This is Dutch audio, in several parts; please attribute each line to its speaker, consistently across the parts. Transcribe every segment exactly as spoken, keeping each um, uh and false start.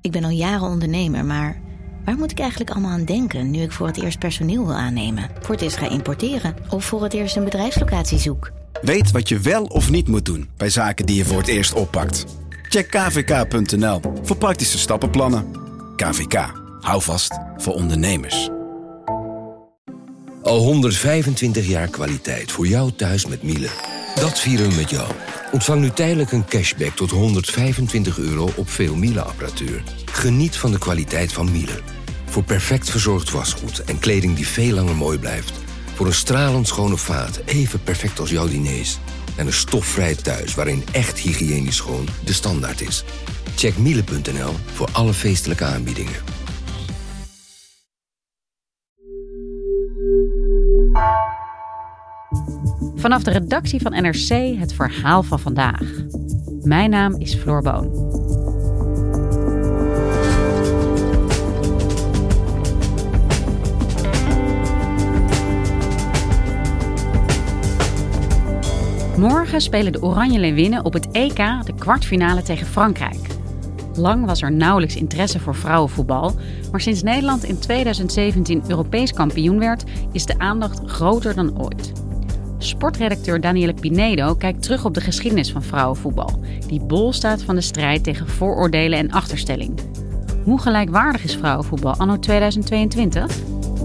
Speaker 1: Ik ben al jaren ondernemer, maar waar moet ik eigenlijk allemaal aan denken nu ik voor het eerst personeel wil aannemen, voor het eerst ga importeren of voor het eerst een bedrijfslocatie zoek?
Speaker 2: Weet wat je wel of niet moet doen bij zaken die je voor het eerst oppakt. Check k v k punt n l voor praktische stappenplannen. K V K, hou vast voor ondernemers.
Speaker 3: Al honderdvijfentwintig jaar kwaliteit voor jou thuis met Miele. Dat vieren we met jou. Ontvang nu tijdelijk een cashback tot honderdvijfentwintig euro op veel Miele-apparatuur. Geniet van de kwaliteit van Miele. Voor perfect verzorgd wasgoed en kleding die veel langer mooi blijft. Voor een stralend schone vaat, even perfect als jouw diners. En een stofvrij thuis waarin echt hygiënisch schoon de standaard is. Check miele punt n l voor alle feestelijke aanbiedingen.
Speaker 4: Vanaf de redactie van N R C het verhaal van vandaag. Mijn naam is Floor Boon. Morgen spelen de Oranje Leeuwinnen op het E K de kwartfinale tegen Frankrijk. Lang was er nauwelijks interesse voor vrouwenvoetbal, maar sinds Nederland in tweeduizend zeventien Europees kampioen werd, is de aandacht groter dan ooit. Sportredacteur Danielle Pinedo kijkt terug op de geschiedenis van vrouwenvoetbal, die bol staat van de strijd tegen vooroordelen en achterstelling. Hoe gelijkwaardig is vrouwenvoetbal anno tweeduizend tweeëntwintig?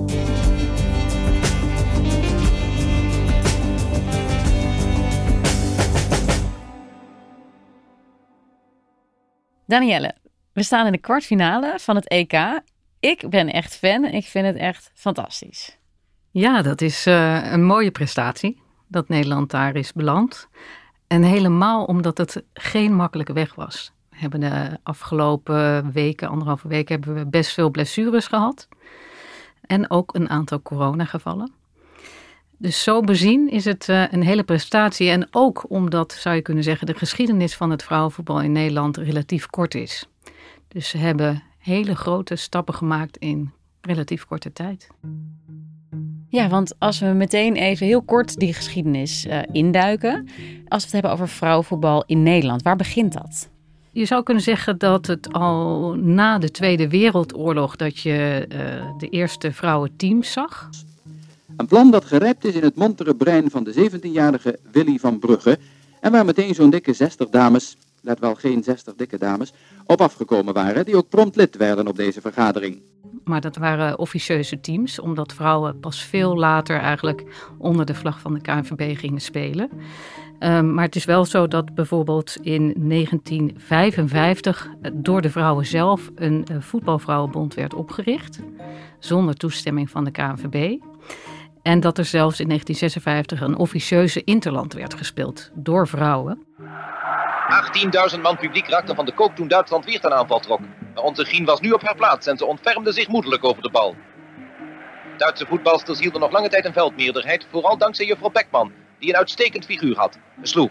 Speaker 4: Danielle, we staan in de kwartfinale van het E K. Ik ben echt fan en ik vind het echt fantastisch.
Speaker 5: Ja, dat is uh, een mooie prestatie dat Nederland daar is beland. En helemaal omdat het geen makkelijke weg was. We hebben de afgelopen weken, anderhalve weken, hebben we best veel blessures gehad. En ook een aantal coronagevallen. Dus zo bezien is het uh, een hele prestatie. En ook omdat, zou je kunnen zeggen, de geschiedenis van het vrouwenvoetbal in Nederland relatief kort is. Dus ze hebben hele grote stappen gemaakt in relatief korte tijd.
Speaker 4: Ja, want als we meteen even heel kort die geschiedenis uh, induiken. Als we het hebben over vrouwenvoetbal in Nederland, waar begint dat?
Speaker 5: Je zou kunnen zeggen dat het al na de Tweede Wereldoorlog dat je uh, de eerste vrouwenteams zag.
Speaker 6: Een plan dat gerijpt is in het montere brein van de zeventienjarige Willy van Brugge en waar meteen zo'n dikke zestig dames, let wel geen zestig dikke dames, op afgekomen waren die ook prompt lid werden op deze vergadering.
Speaker 5: Maar dat waren officieuze teams, omdat vrouwen pas veel later eigenlijk onder de vlag van de K N V B gingen spelen. Um, maar het is wel zo dat bijvoorbeeld in negentien vijfenvijftig door de vrouwen zelf een uh, voetbalvrouwenbond werd opgericht, zonder toestemming van de K N V B. En dat er zelfs in negentien zesenvijftig een officieuze interland werd gespeeld door vrouwen.
Speaker 7: achttienduizend man publiek raakte van de kook toen Duitsland weer ten aanval trok. Onze Gien was nu op haar plaats en ze ontfermde zich moedelijk over de bal. Duitse voetbalsters hielden nog lange tijd een veldmeerderheid, vooral dankzij juffrouw Beckman, die een uitstekend figuur had, sloeg.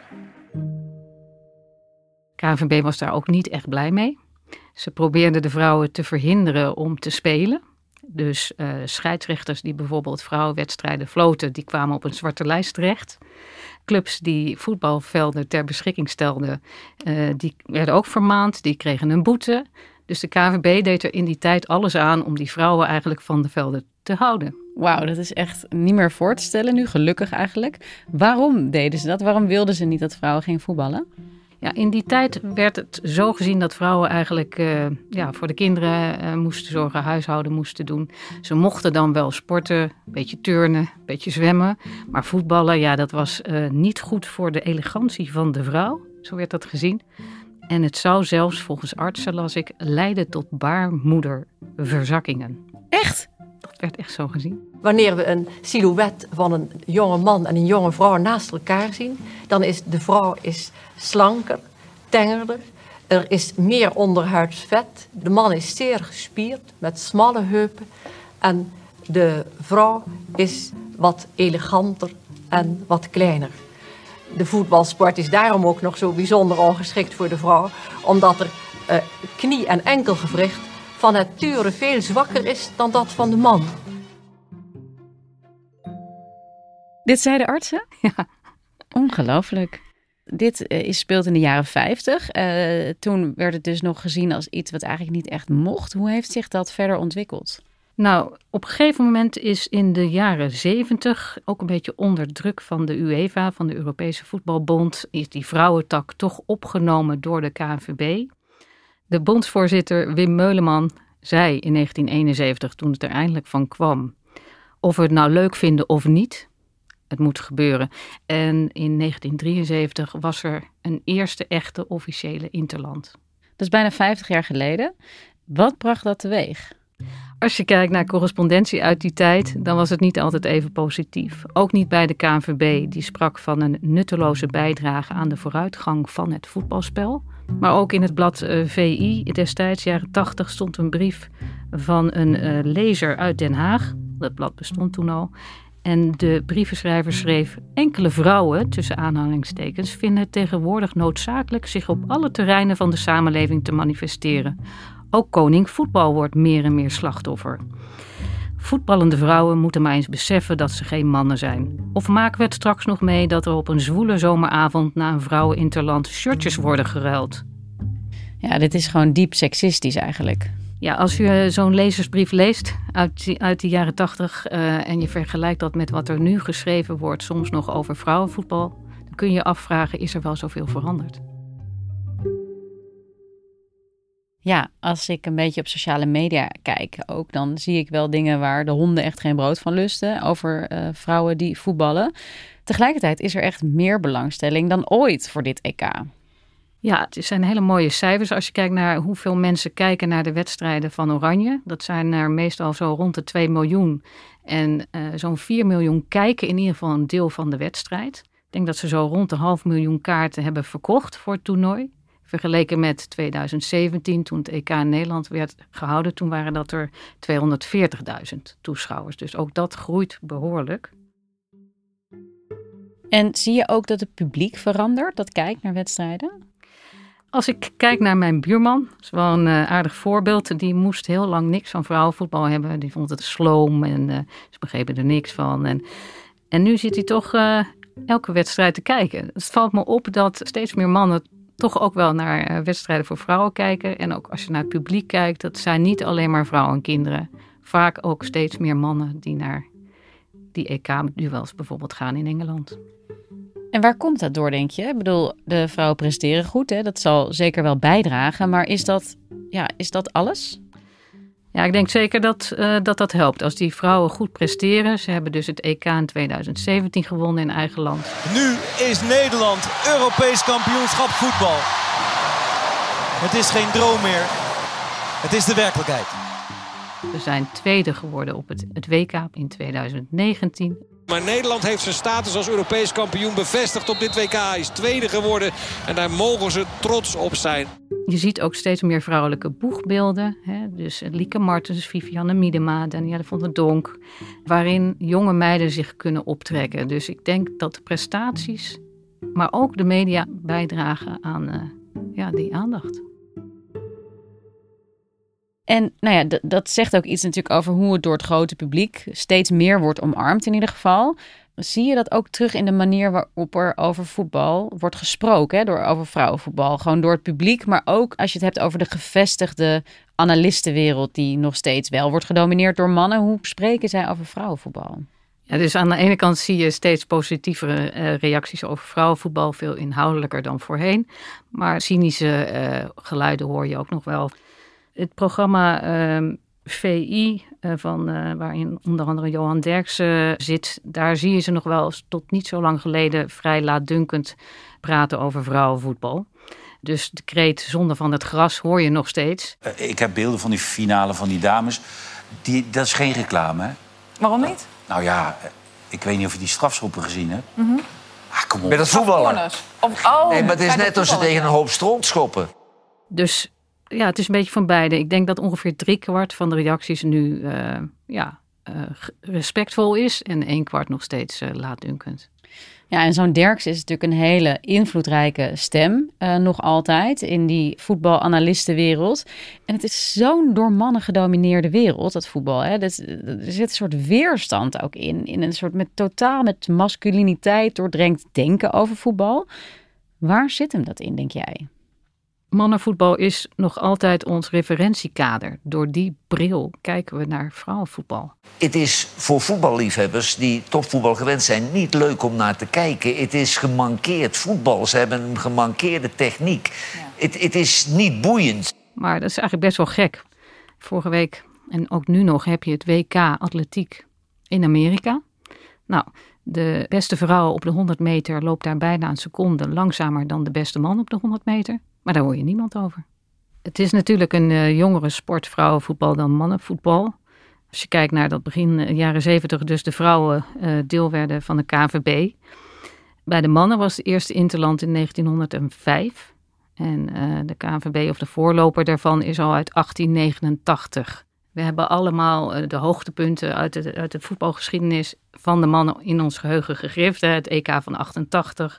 Speaker 5: K N V B was daar ook niet echt blij mee. Ze probeerden de vrouwen te verhinderen om te spelen. Dus uh, scheidsrechters die bijvoorbeeld vrouwenwedstrijden floten, die kwamen op een zwarte lijst terecht. Clubs die voetbalvelden ter beschikking stelden, uh, die werden ook vermaand, die kregen een boete. Dus de K N V B deed er in die tijd alles aan om die vrouwen eigenlijk van de velden te houden.
Speaker 4: Wauw, dat is echt niet meer voor te stellen nu, gelukkig eigenlijk. Waarom deden ze dat? Waarom wilden ze niet dat vrouwen gingen voetballen?
Speaker 5: Ja, in die tijd werd het zo gezien dat vrouwen eigenlijk uh, ja, voor de kinderen uh, moesten zorgen, huishouden moesten doen. Ze mochten dan wel sporten, een beetje turnen, een beetje zwemmen. Maar voetballen, ja, dat was uh, niet goed voor de elegantie van de vrouw. Zo werd dat gezien. En het zou zelfs, volgens artsen las ik, leiden tot baarmoederverzakkingen.
Speaker 4: Echt?
Speaker 5: Dat werd echt zo gezien.
Speaker 8: Wanneer we een silhouet van een jonge man en een jonge vrouw naast elkaar zien, dan is de vrouw is slanker, tengerder. Er is meer onderhuids vet. De man is zeer gespierd, met smalle heupen. En de vrouw is wat eleganter en wat kleiner. De voetbalsport is daarom ook nog zo bijzonder ongeschikt voor de vrouw, omdat er uh, knie- en enkelgewricht van nature veel zwakker is dan dat van de man.
Speaker 4: Dit zeiden artsen?
Speaker 5: Ja.
Speaker 4: Ongelooflijk. Dit uh, is, speelt in de jaren vijftig. Uh, toen werd het dus nog gezien als iets wat eigenlijk niet echt mocht. Hoe heeft zich dat verder ontwikkeld?
Speaker 5: Nou, op een gegeven moment is in de jaren zeventig, ook een beetje onder druk van de UEFA, van de Europese Voetbalbond, is die vrouwentak toch opgenomen door de K N V B. De bondsvoorzitter Wim Meuleman zei in negentien eenenzeventig, toen het er eindelijk van kwam, of we het nou leuk vinden of niet, het moet gebeuren. En in negentien drieënzeventig was er een eerste echte officiële interland.
Speaker 4: Dat is bijna vijftig jaar geleden. Wat bracht dat teweeg?
Speaker 5: Als je kijkt naar correspondentie uit die tijd, dan was het niet altijd even positief. Ook niet bij de K N V B, die sprak van een nutteloze bijdrage aan de vooruitgang van het voetbalspel. Maar ook in het blad uh, V I destijds, jaren tachtig, stond een brief van een uh, lezer uit Den Haag. Dat blad bestond toen al. En de brievenschrijver schreef: enkele vrouwen, tussen aanhalingstekens, vinden het tegenwoordig noodzakelijk zich op alle terreinen van de samenleving te manifesteren. Ook koning voetbal wordt meer en meer slachtoffer. Voetballende vrouwen moeten maar eens beseffen dat ze geen mannen zijn. Of maken we het straks nog mee dat er op een zwoele zomeravond na een vrouweninterland shirtjes worden geruild?
Speaker 4: Ja, dit is gewoon diep seksistisch eigenlijk.
Speaker 5: Ja, als je zo'n lezersbrief leest uit, uit de jaren tachtig uh, en je vergelijkt dat met wat er nu geschreven wordt, soms nog over vrouwenvoetbal, dan kun je je afvragen, is er wel zoveel veranderd?
Speaker 4: Ja, als ik een beetje op sociale media kijk ook, dan zie ik wel dingen waar de honden echt geen brood van lusten over uh, vrouwen die voetballen. Tegelijkertijd is er echt meer belangstelling dan ooit voor dit E K.
Speaker 5: Ja, het zijn hele mooie cijfers als je kijkt naar hoeveel mensen kijken naar de wedstrijden van Oranje. Dat zijn er meestal zo rond de twee miljoen. En uh, zo'n vier miljoen kijken in ieder geval een deel van de wedstrijd. Ik denk dat ze zo rond de half miljoen kaarten hebben verkocht voor het toernooi. Vergeleken met tweeduizend zeventien, toen het E K in Nederland werd gehouden, toen waren dat er tweehonderdveertigduizend toeschouwers. Dus ook dat groeit behoorlijk.
Speaker 4: En zie je ook dat het publiek verandert, dat kijkt naar wedstrijden?
Speaker 5: Als ik kijk naar mijn buurman, dat is wel een uh, aardig voorbeeld. Die moest heel lang niks van vrouwenvoetbal hebben. Die vond het sloom en uh, ze begrepen er niks van. En, en nu zit hij toch uh, elke wedstrijd te kijken. Het valt me op dat steeds meer mannen toch ook wel naar uh, wedstrijden voor vrouwen kijken. En ook als je naar het publiek kijkt, dat zijn niet alleen maar vrouwen en kinderen. Vaak ook steeds meer mannen die naar die E K-duels bijvoorbeeld gaan in Engeland.
Speaker 4: En waar komt dat door, denk je? Ik bedoel, de vrouwen presteren goed, hè? Dat zal zeker wel bijdragen. Maar is dat, ja, is dat alles?
Speaker 5: Ja, ik denk zeker dat, uh, dat dat helpt. Als die vrouwen goed presteren. Ze hebben dus het E K in tweeduizend zeventien gewonnen in eigen land.
Speaker 9: Nu is Nederland Europees kampioenschap voetbal. Het is geen droom meer. Het is de werkelijkheid.
Speaker 5: We zijn tweede geworden op het, het W K in tweeduizend negentien.
Speaker 10: Maar Nederland heeft zijn status als Europees kampioen bevestigd op dit W K. Hij is tweede geworden en daar mogen ze trots op zijn.
Speaker 5: Je ziet ook steeds meer vrouwelijke boegbeelden. Hè? Dus Lieke Martens, Vivianne Miedema, Danielle van der Donk. Waarin jonge meiden zich kunnen optrekken. Dus ik denk dat de prestaties, maar ook de media bijdragen aan uh, ja, die aandacht.
Speaker 4: En nou ja, d- dat zegt ook iets natuurlijk over hoe het door het grote publiek steeds meer wordt omarmd in ieder geval. Zie je dat ook terug in de manier waarop er over voetbal wordt gesproken, hè? Door over vrouwenvoetbal, gewoon door het publiek. Maar ook als je het hebt over de gevestigde analistenwereld die nog steeds wel wordt gedomineerd door mannen. Hoe spreken zij over vrouwenvoetbal?
Speaker 5: Ja, dus aan de ene kant zie je steeds positievere uh, reacties over vrouwenvoetbal, veel inhoudelijker dan voorheen. Maar cynische uh, geluiden hoor je ook nog wel. Het programma uh, V I, uh, van, uh, waarin onder andere Johan Derksen uh, zit, daar zie je ze nog wel tot niet zo lang geleden vrij laatdunkend praten over vrouwenvoetbal. Dus de kreet zonde van het gras hoor je nog steeds.
Speaker 11: Uh, ik heb beelden van die finale van die dames. Die, dat is geen reclame, hè?
Speaker 12: Waarom niet?
Speaker 11: Nou ja, ik weet niet of je die strafschoppen gezien hebt.
Speaker 12: Mm-hmm.
Speaker 11: Ah, kom op.
Speaker 13: Met het voetballen?
Speaker 12: Of, oh,
Speaker 13: nee, maar het is net als ze tegen een hoop stront schoppen.
Speaker 5: Dus ja, het is een beetje van beide. Ik denk dat ongeveer drie kwart van de reacties nu uh, ja, uh, respectvol is en één kwart nog steeds uh, laatdunkend.
Speaker 4: Ja, en zo'n Derksen is natuurlijk een hele invloedrijke stem, uh, nog altijd, in die voetbalanalystenwereld. En het is zo'n door mannen gedomineerde wereld, dat voetbal. Hè? Dat, er zit een soort weerstand ook in, in een soort met totaal met masculiniteit doordrenkt denken over voetbal. Waar zit hem dat in, denk jij?
Speaker 5: Mannenvoetbal is nog altijd ons referentiekader. Door die bril kijken we naar vrouwenvoetbal.
Speaker 13: Het is voor voetballiefhebbers die topvoetbal gewend zijn niet leuk om naar te kijken. Het is gemankeerd voetbal. Ze hebben een gemankeerde techniek. Het, ja. het is niet boeiend.
Speaker 5: Maar dat is eigenlijk best wel gek. Vorige week en ook nu nog heb je het W K atletiek in Amerika. Nou, de beste vrouw op de honderd meter loopt daar bijna een seconde langzamer dan de beste man op de honderd meter. Maar daar hoor je niemand over. Het is natuurlijk een uh, jongere sport, vrouwenvoetbal, dan mannenvoetbal. Als je kijkt naar dat begin uh, jaren zeventig, dus de vrouwen uh, deel werden van de K N V B. Bij de mannen was het eerste interland in negentienhonderdvijf. En uh, de K N V B, of de voorloper daarvan, is al uit achttien negenentachtig. We hebben allemaal uh, de hoogtepunten uit de, uit de voetbalgeschiedenis van de mannen in ons geheugen gegrift. Hè. Het E K van achtentachtig.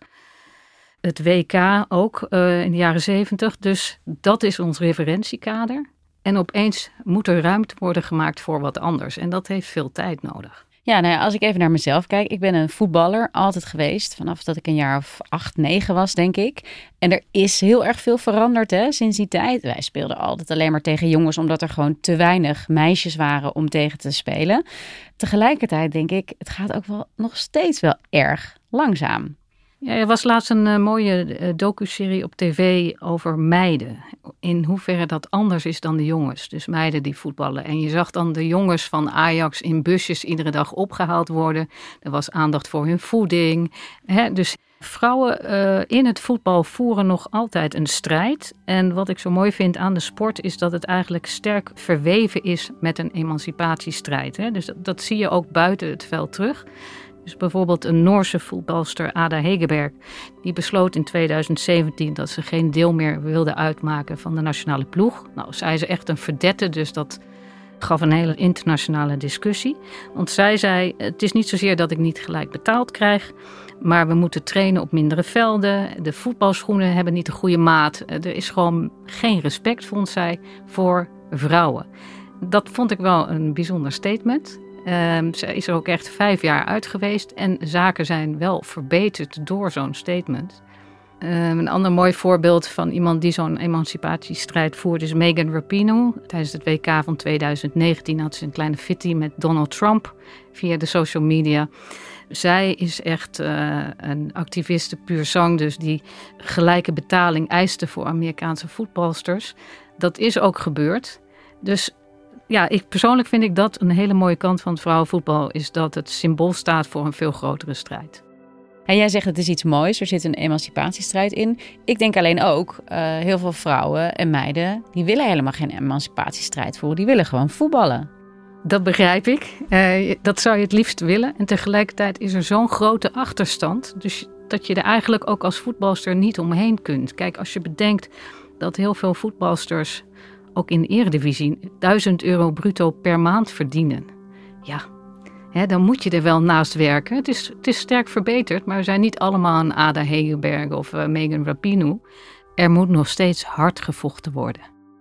Speaker 5: Het W K ook uh, in de jaren zeventig. Dus dat is ons referentiekader. En opeens moet er ruimte worden gemaakt voor wat anders. En dat heeft veel tijd nodig.
Speaker 4: Ja, nou ja, als ik even naar mezelf kijk. Ik ben een voetballer altijd geweest. Vanaf dat ik een jaar of acht, negen was, denk ik. En er is heel erg veel veranderd hè, sinds die tijd. Wij speelden altijd alleen maar tegen jongens, omdat er gewoon te weinig meisjes waren om tegen te spelen. Tegelijkertijd denk ik, het gaat ook wel nog steeds wel erg langzaam.
Speaker 5: Ja, er was laatst een uh, mooie uh, docuserie op tv over meiden. In hoeverre dat anders is dan de jongens. Dus meiden die voetballen. En je zag dan de jongens van Ajax in busjes iedere dag opgehaald worden. Er was aandacht voor hun voeding. Hè? Dus vrouwen uh, in het voetbal voeren nog altijd een strijd. En wat ik zo mooi vind aan de sport is dat het eigenlijk sterk verweven is met een emancipatiestrijd. Hè? Dus dat, dat zie je ook buiten het veld terug. Dus bijvoorbeeld een Noorse voetbalster, Ada Hegerberg, die besloot in tweeduizend zeventien dat ze geen deel meer wilde uitmaken van de nationale ploeg. Nou, zij is echt een verdette, dus dat gaf een hele internationale discussie. Want zij zei, het is niet zozeer dat ik niet gelijk betaald krijg, maar we moeten trainen op mindere velden. De voetbalschoenen hebben niet de goede maat. Er is gewoon geen respect, vond zij, voor vrouwen. Dat vond ik wel een bijzonder statement. Um, ze is er ook echt vijf jaar uit geweest en zaken zijn wel verbeterd door zo'n statement. Um, een ander mooi voorbeeld van iemand die zo'n emancipatiestrijd voert is Megan Rapinoe. Tijdens het W K van tweeduizend negentien had ze een kleine fitty met Donald Trump via de social media. Zij is echt uh, een activiste puur zang, dus die gelijke betaling eiste voor Amerikaanse voetbalsters. Dat is ook gebeurd. Dus ja, ik, persoonlijk vind ik dat een hele mooie kant van het vrouwenvoetbal, is dat het symbool staat voor een veel grotere strijd.
Speaker 4: En jij zegt het is iets moois, er zit een emancipatiestrijd in. Ik denk alleen ook, uh, heel veel vrouwen en meiden, die willen helemaal geen emancipatiestrijd voeren. Die willen gewoon voetballen.
Speaker 5: Dat begrijp ik. Uh, dat zou je het liefst willen. En tegelijkertijd is er zo'n grote achterstand, dus dat je er eigenlijk ook als voetbalster niet omheen kunt. Kijk, als je bedenkt dat heel veel voetbalsters ook in de eredivisie duizend euro bruto per maand verdienen. Ja, hè, dan moet je er wel naast werken. Het is, het is sterk verbeterd, maar we zijn niet allemaal een Ada Hegerberg of uh, Megan Rapinoe. Er moet nog steeds hard gevochten worden.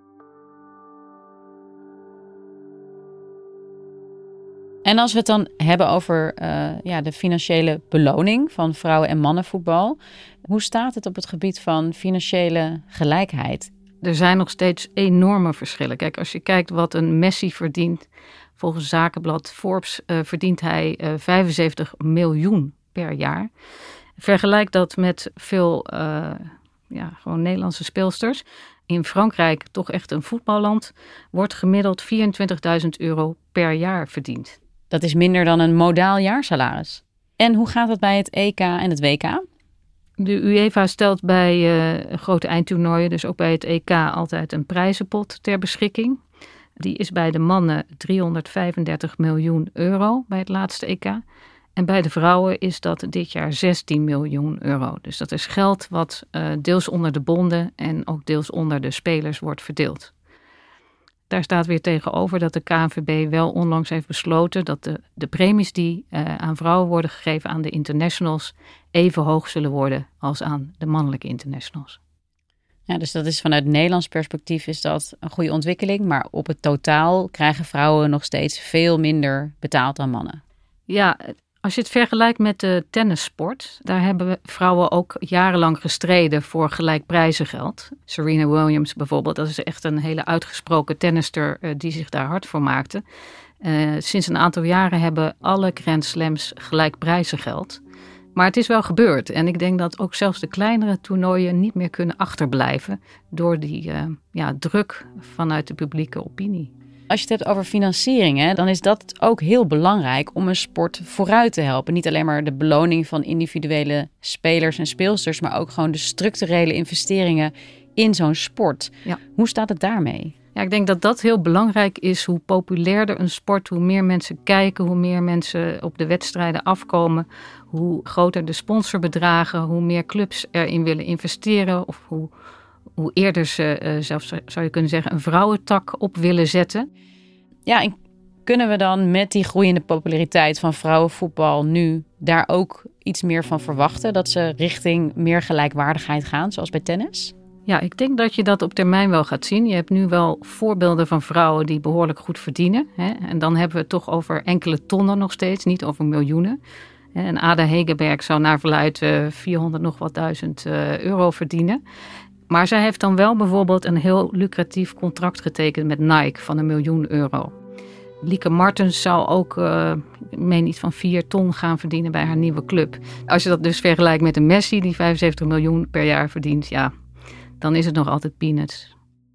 Speaker 4: En als we het dan hebben over uh, ja, de financiële beloning van vrouwen- en mannenvoetbal, hoe staat het op het gebied van financiële gelijkheid?
Speaker 5: Er zijn nog steeds enorme verschillen. Kijk, als je kijkt wat een Messi verdient, volgens zakenblad Forbes uh, verdient hij uh, vijfenzeventig miljoen per jaar. Vergelijk dat met veel uh, ja, gewoon Nederlandse speelsters. In Frankrijk, toch echt een voetballand, wordt gemiddeld vierentwintigduizend euro per jaar verdiend.
Speaker 4: Dat is minder dan een modaal jaarsalaris. En hoe gaat het bij het E K en het W K?
Speaker 5: De UEFA stelt bij uh, grote eindtoernooien, dus ook bij het E K, altijd een prijzenpot ter beschikking. Die is bij de mannen driehonderdvijfendertig miljoen euro bij het laatste E K. En bij de vrouwen is dat dit jaar zestien miljoen euro. Dus dat is geld wat uh, deels onder de bonden en ook deels onder de spelers wordt verdeeld. Daar staat weer tegenover dat de K N V B wel onlangs heeft besloten dat de, de premies die uh, aan vrouwen worden gegeven aan de internationals even hoog zullen worden als aan de mannelijke internationals.
Speaker 4: Ja, dus dat is vanuit Nederlands perspectief is dat een goede ontwikkeling, maar op het totaal krijgen vrouwen nog steeds veel minder betaald dan mannen.
Speaker 5: Ja, Als je het vergelijkt met de tennissport, daar hebben vrouwen ook jarenlang gestreden voor gelijk prijzengeld. Serena Williams bijvoorbeeld, dat is echt een hele uitgesproken tennister uh, die zich daar hard voor maakte. Uh, sinds een aantal jaren hebben alle Grand Slams gelijk prijzengeld. Maar het is wel gebeurd en ik denk dat ook zelfs de kleinere toernooien niet meer kunnen achterblijven door die uh, ja, druk vanuit de publieke opinie.
Speaker 4: Als je het hebt over financiering, hè, dan is dat ook heel belangrijk om een sport vooruit te helpen. Niet alleen maar de beloning van individuele spelers en speelsters, maar ook gewoon de structurele investeringen in zo'n sport. Ja. Hoe staat het daarmee?
Speaker 5: Ja, ik denk dat dat heel belangrijk is. Hoe populairder een sport, hoe meer mensen kijken, hoe meer mensen op de wedstrijden afkomen, hoe groter de sponsorbedragen, hoe meer clubs erin willen investeren of hoe, hoe eerder ze, uh, zelfs zou je kunnen zeggen, een vrouwentak op willen zetten.
Speaker 4: Ja, en kunnen we dan met die groeiende populariteit van vrouwenvoetbal nu daar ook iets meer van verwachten? Dat ze richting meer gelijkwaardigheid gaan, zoals bij tennis?
Speaker 5: Ja, ik denk dat je dat op termijn wel gaat zien. Je hebt nu wel voorbeelden van vrouwen die behoorlijk goed verdienen. Hè? En dan hebben we het toch over enkele tonnen nog steeds, niet over miljoenen. En Ada Hegerberg zou naar verluidt uh, vierhonderd nog wat duizend uh, euro verdienen. Maar zij heeft dan wel bijvoorbeeld een heel lucratief contract getekend met Nike van een miljoen euro. Lieke Martens zou ook, uh, ik meen iets van vier ton gaan verdienen bij haar nieuwe club. Als je dat dus vergelijkt met een Messi die vijfenzeventig miljoen per jaar verdient, ja, dan is het nog altijd peanuts.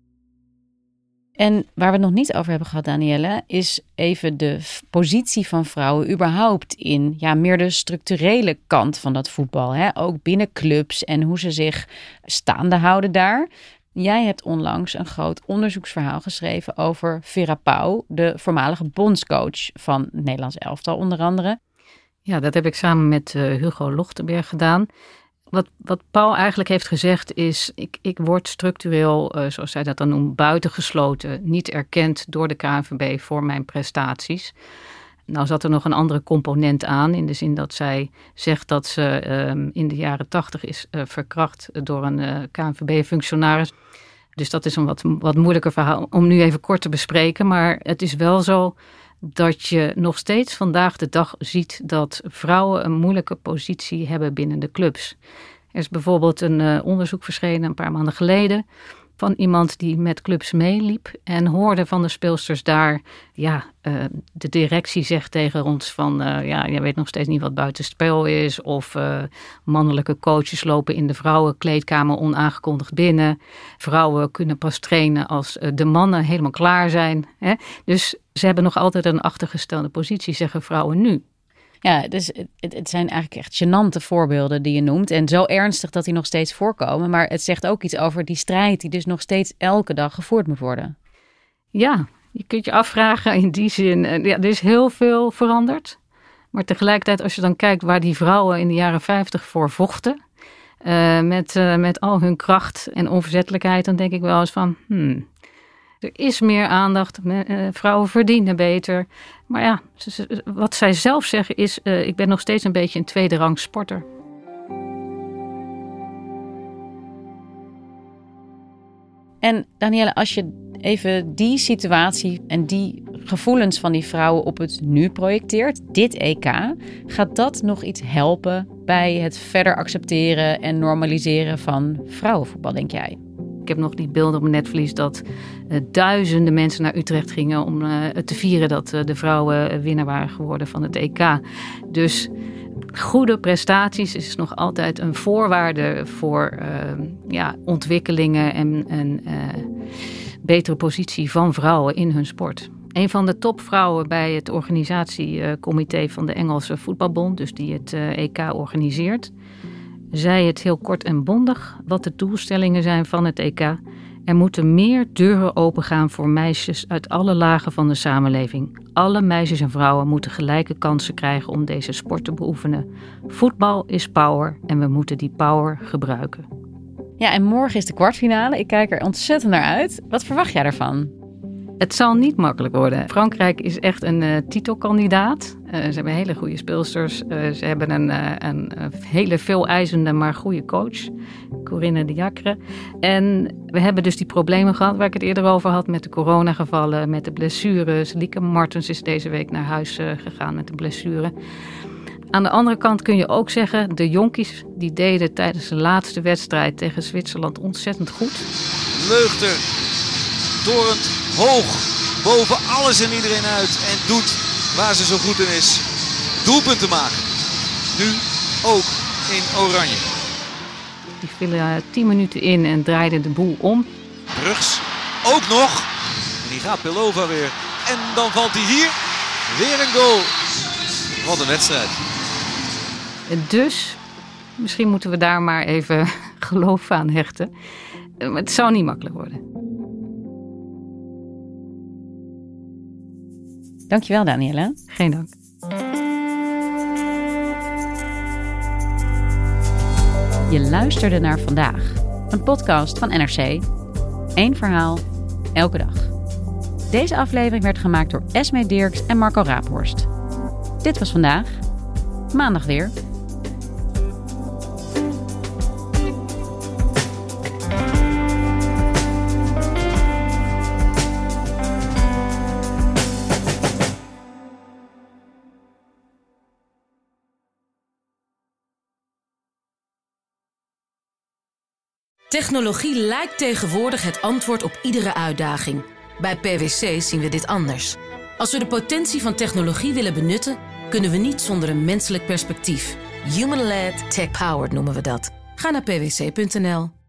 Speaker 4: En waar we het nog niet over hebben gehad, Danielle, is even de f- positie van vrouwen überhaupt in ja, meer de structurele kant van dat voetbal. Hè? Ook binnen clubs en hoe ze zich staande houden daar. Jij hebt onlangs een groot onderzoeksverhaal geschreven over Vera Pauw, de voormalige bondscoach van het Nederlands elftal onder andere.
Speaker 5: Ja, dat heb ik samen met uh, Hugo Lochtenberg gedaan. Wat, wat Pauw eigenlijk heeft gezegd is, ik, ik word structureel, uh, zoals zij dat dan noemt, buitengesloten, niet erkend door de K N V B voor mijn prestaties. Nou zat er nog een andere component aan, in de zin dat zij zegt dat ze um, in de jaren tachtig is uh, verkracht door een uh, K N V B-functionaris. Dus dat is een wat, wat moeilijker verhaal om nu even kort te bespreken. Maar het is wel zo dat je nog steeds vandaag de dag ziet dat vrouwen een moeilijke positie hebben binnen de clubs. Er is bijvoorbeeld een uh, onderzoek verschenen een paar maanden geleden van iemand die met clubs meeliep en hoorde van de speelsters daar, ja, uh, de directie zegt tegen ons van, uh, ja, jij weet nog steeds niet wat buitenspel is, of uh, mannelijke coaches lopen in de vrouwenkleedkamer onaangekondigd binnen. Vrouwen kunnen pas trainen als uh, de mannen helemaal klaar zijn. Hè? Dus ze hebben nog altijd een achtergestelde positie, zeggen vrouwen nu.
Speaker 4: Ja, dus het, het zijn eigenlijk echt gênante voorbeelden die je noemt. En zo ernstig dat die nog steeds voorkomen. Maar het zegt ook iets over die strijd die dus nog steeds elke dag gevoerd moet worden.
Speaker 5: Ja, je kunt je afvragen in die zin. Ja, er is heel veel veranderd. Maar tegelijkertijd als je dan kijkt waar die vrouwen in de jaren vijftig voor vochten. Uh, met, uh, met al hun kracht en onverzettelijkheid. Dan denk ik wel eens van, hmm, er is meer aandacht, uh, vrouwen verdienen beter. Maar ja, wat zij zelf zeggen is, uh, ik ben nog steeds een beetje een tweede rang sporter.
Speaker 4: En Danielle, als je even die situatie en die gevoelens van die vrouwen op het nu projecteert, dit E K, gaat dat nog iets helpen bij het verder accepteren en normaliseren van vrouwenvoetbal, denk jij?
Speaker 5: Ik heb nog die beelden op mijn netvlies dat uh, duizenden mensen naar Utrecht gingen om uh, te vieren dat uh, de vrouwen uh, winnaar waren geworden van het E K. Dus goede prestaties is nog altijd een voorwaarde voor uh, ja, ontwikkelingen en, en uh, betere positie van vrouwen in hun sport. Een van de topvrouwen bij het organisatiecomité van de Engelse Voetbalbond, dus die het uh, E K organiseert, zei het heel kort en bondig wat de doelstellingen zijn van het E K. Er moeten meer deuren opengaan voor meisjes uit alle lagen van de samenleving. Alle meisjes en vrouwen moeten gelijke kansen krijgen om deze sport te beoefenen. Voetbal is power en we moeten die power gebruiken.
Speaker 4: Ja, en morgen is de kwartfinale. Ik kijk er ontzettend naar uit. Wat verwacht jij daarvan?
Speaker 5: Het zal niet makkelijk worden. Frankrijk is echt een uh, titelkandidaat. Uh, ze hebben hele goede speelsters. Uh, ze hebben een, uh, een uh, hele veeleisende, maar goede coach. Corinne Diacre. En we hebben dus die problemen gehad waar ik het eerder over had met de coronagevallen, met de blessures. Lieke Martens is deze week naar huis uh, gegaan met een blessure. Aan de andere kant kun je ook zeggen, de jonkies die deden tijdens de laatste wedstrijd tegen Zwitserland ontzettend goed.
Speaker 9: Leugter, torent hoog, boven alles en iedereen uit en doet waar ze zo goed in is. Doelpunten maken. Nu ook in oranje.
Speaker 5: Die vielen tien minuten in en draaiden de boel om.
Speaker 9: Brugs ook nog. En die gaat Pelova weer. En dan valt hij hier. Weer een goal. Wat een wedstrijd.
Speaker 5: Dus, misschien moeten we daar maar even geloof aan hechten. Het zou niet makkelijk worden.
Speaker 4: Dankjewel, Daniëlle.
Speaker 5: Geen dank.
Speaker 4: Je luisterde naar Vandaag, een podcast van N R C. Eén verhaal, elke dag. Deze aflevering werd gemaakt door Esme Dirks en Marco Raaphorst. Dit was Vandaag. Maandag weer.
Speaker 12: Technologie lijkt tegenwoordig het antwoord op iedere uitdaging. Bij P W C zien we dit anders. Als we de potentie van technologie willen benutten, kunnen we niet zonder een menselijk perspectief. Human-led, tech-powered noemen we dat. Ga naar p w c punt n l.